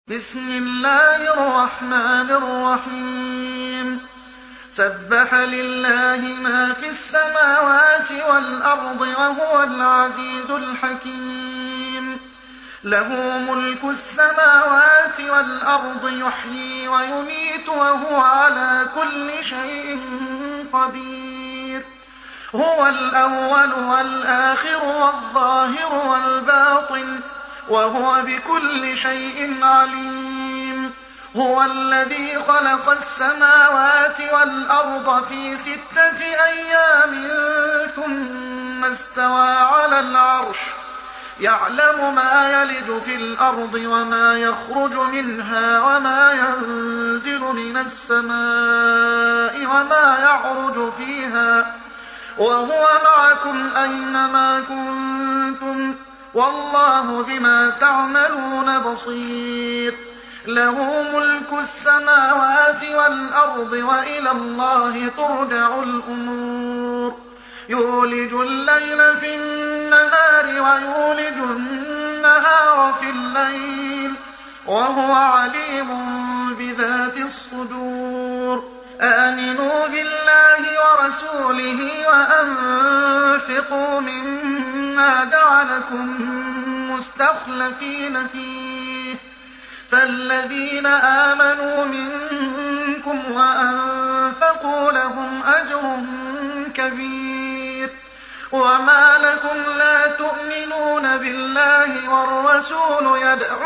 بسم الله الرحمن الرحيم سبح لله ما في السماوات والأرض وهو العزيز الحكيم له ملك السماوات والأرض يحيي ويميت وهو على كل شيء قدير هو الأول والآخر والظاهر والباطن وهو بكل شيء عليم هو الذي خلق السماوات والأرض في 6 أيام ثم استوى على العرش يعلم ما يلج في الأرض وما يخرج منها وما ينزل من السماء وما يعرج فيها وهو معكم أينما كنتم والله بما تعملون بصير له ملك السماوات والأرض وإلى الله ترجع الأمور يولج الليل في النهار ويولج النهار في الليل وهو عليم بذات الصدور آمنوا بالله ورسوله وأنفقوا مما جعلكم مستخلفين فيه فالذين آمنوا منكم وأنفقوا لهم أجر كبير وما لكم لا تؤمنون بالله والرسول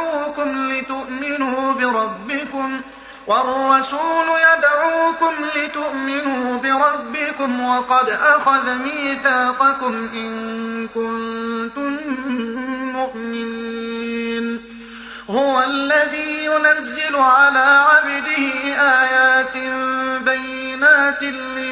يدعوكم لتؤمنوا بربكم وقد أخذ ميثاقكم إن كنتم مؤمنين هو الذي ينزل على عبده آيات بينات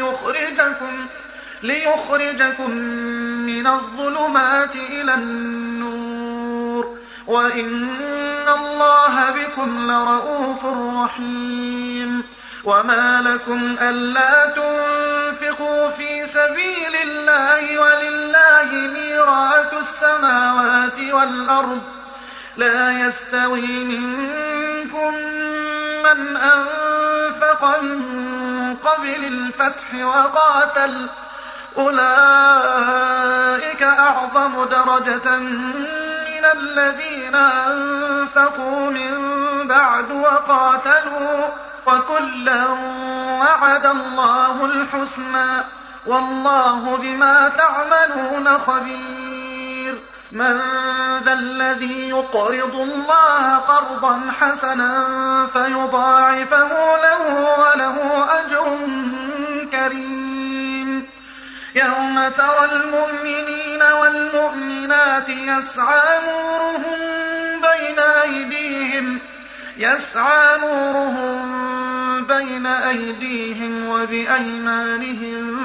ليخرجكم من الظلمات إلى النور وإن الله بكم لرءوف رحيم وما لكم ألا تنفقوا في سبيل الله ولله ميراث السماوات والأرض لا يستوي منكم من أنفق من قبل الفتح وقاتل أولئك أعظم درجة من الذين أنفقوا من بعد وقاتلوا وكلا وعد الله الحسنى والله بما تعملون خبير من ذا الذي يقرض الله قرضا حسنا فيضاعفه له وله أجر كريم يوم ترى المؤمنين والمؤمنات يسعى نورهم بين أيديهم وبأيمانهم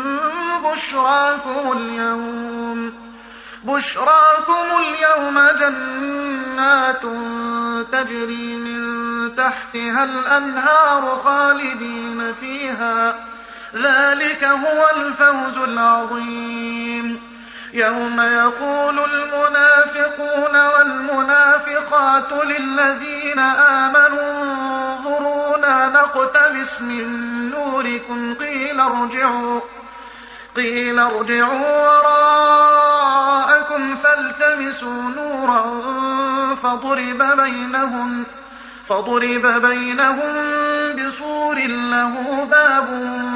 بشراكم اليوم جنات تجري من تحتها الأنهار خالدين فيها ذلك هو الفوز العظيم يوم يقول المنافقون والمنافقات للذين آمنوا انظرونا نقتبس من نوركم قيل ارجعوا وراءكم فالتمسوا نورا فضرب بينهم بسور له باب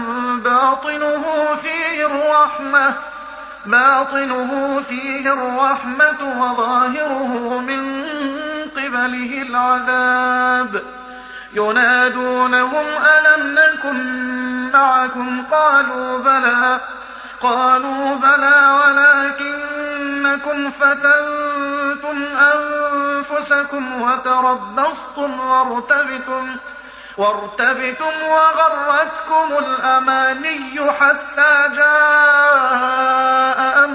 باطنه فيه الرحمة وظاهره من قبله العذاب ينادونهم ألم نكن معكم قالوا بلى ولكنكم فتنتم أنفسكم وتربصتم وارتبتم وغرتكم الأماني حتى جاء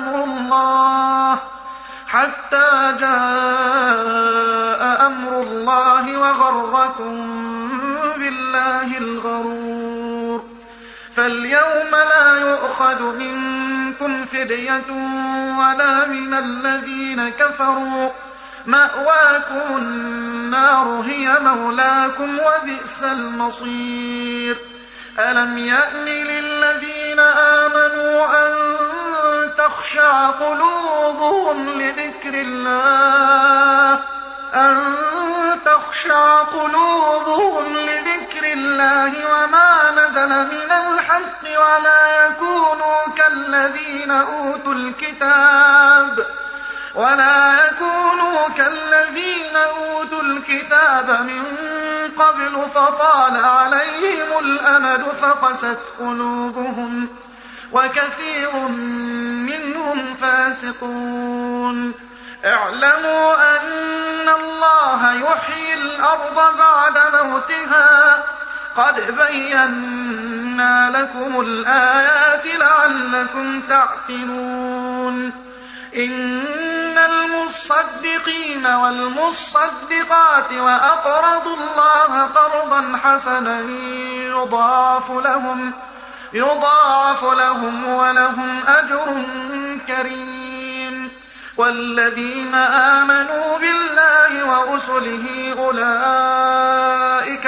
أمر الله وغركم بالله الغرور فاليوم لا يؤخذ منكم فدية ولا من الذين كفروا مأواكم النار هي مولاكم وبئس المصير. ألم يأن للذين آمنوا أن تخشع قلوبهم لذكر الله وما نزل من الحق ولا يكونوا كالذين أوتوا الكتاب من قبل فطال عليهم الأمد فقست قلوبهم وكثير منهم فاسقون. اعلموا أن الله يحيي الأرض بعد موتها قد بينا لكم الآيات لعلكم تعقلون. إن المصدقين والمصدقات وأقرضوا الله قرضا حسنا يضاعف لهم ولهم أجر كريم. والذين آمنوا بالله ورسله أولئك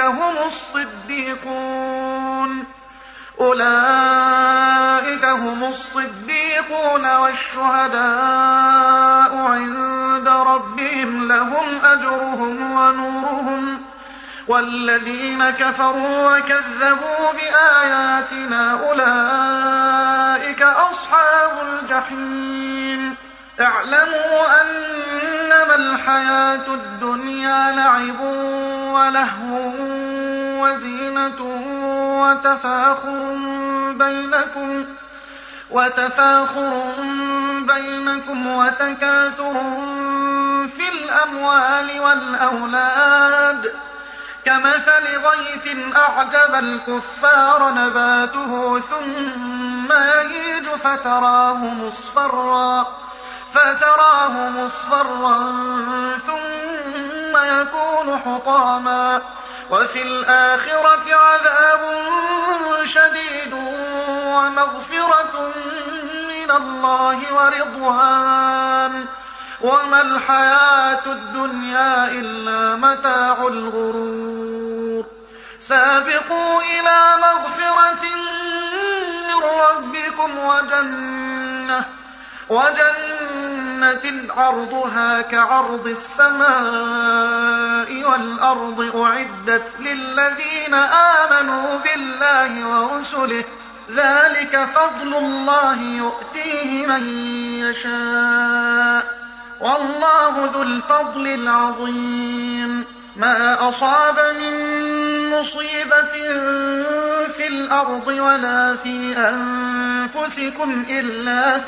هم الصديقون والشهداء عند ربهم لهم أجرهم ونورهم. والذين كفروا وكذبوا بآياتنا أولئك أصحاب الجحيم. اعلموا أنما الحياة الدنيا لعب ولهو وزينة وتفاخر بينكم وتكاثر في الأموال والأولاد كمثل غيث أعجب الكفار نباته ثم يهيج فتراه مصفرا ثم يكون حطاما وفي الآخرة عذاب شديد ومغفرة من الله ورضوان وما الحياة الدنيا إلا متاع الغرور. سابقوا إلى مغفرة من ربكم وجنة عرضها كعرض السماء والأرض أعدت للذين آمنوا بالله ورسله ذلك فضل الله يؤتيه من يشاء والله ذو الفضل العظيم. ما أصاب من مصيبة في الأرض ولا في أنفسكم إلا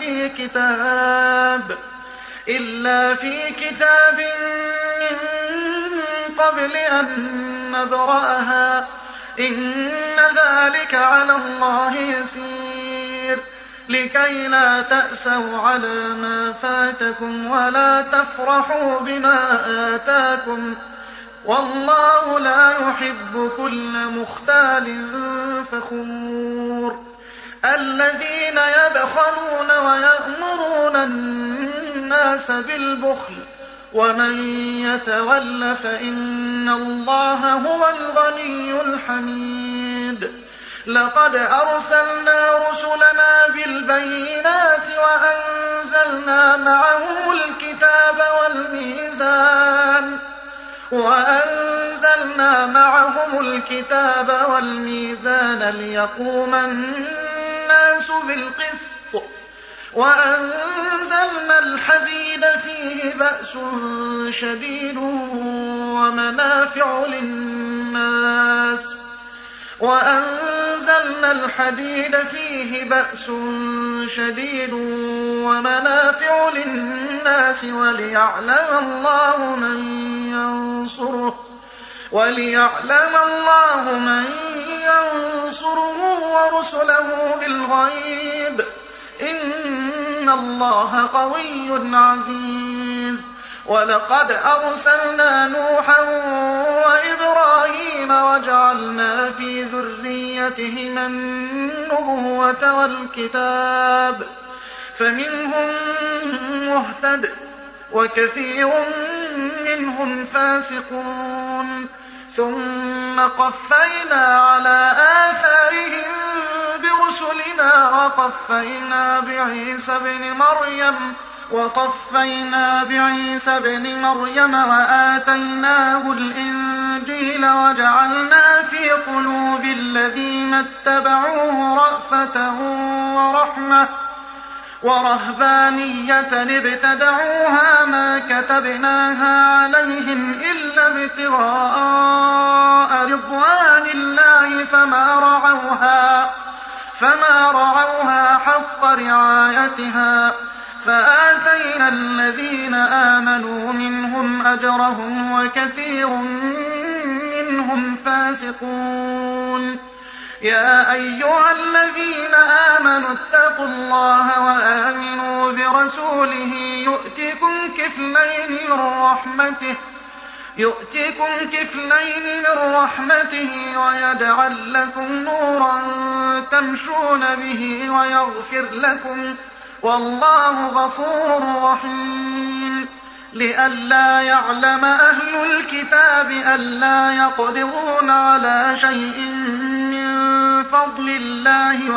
في كتاب من قبل أن نبرأها إن ذلك على الله يسير. لكي لا تأسوا على ما فاتكم ولا تفرحوا بما آتاكم والله لا يحب كل مختال فخور. الذين يبخلون ويأمرون الناس بالبخل ومن يتول فإن الله هو الغني الحميد. لقد أرسلنا رسلنا بالبينات وأنزلنا معهم الكتاب والميزان ليقوم الناس بالقسط وأنزلنا الحديد فيه بأس شديد ومنافع للناس وليعلم الله من ينصره ورسله بالغيب إن الله قوي عزيز. ولقد أرسلنا نوحا وإبراهيم وجعلنا في ذريتهما النبوة والكتاب فمنهم مهتد وكثير منهم فاسقون ثم قفينا على آثارهم برسلنا وقفينا بعيسى بن مريم وآتيناه الإنجيل وجعلنا في قلوب الذين اتبعوه رأفة ورحمة ورهبانية ابتدعوها ما كتبناها عليهم إلا ابتغاء رضوان الله فما رعوها حق رعايتها فآتينا الذين آمنوا منهم أجرهم وكثير منهم فاسقون. يا أيها الذين آمنوا اتقوا الله وآمنوا برسوله يؤتكم كفلين من رحمته ويجعل لكم نورا تمشون به ويغفر لكم والله غفور رحيم. لئلا يعلم أهل الكتاب ألا يقدرون على شيء من فضل الله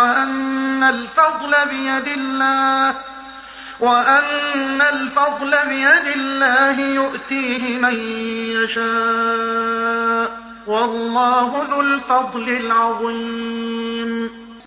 وأن الفضل بيد الله يؤتيه من يشاء والله ذو الفضل العظيم.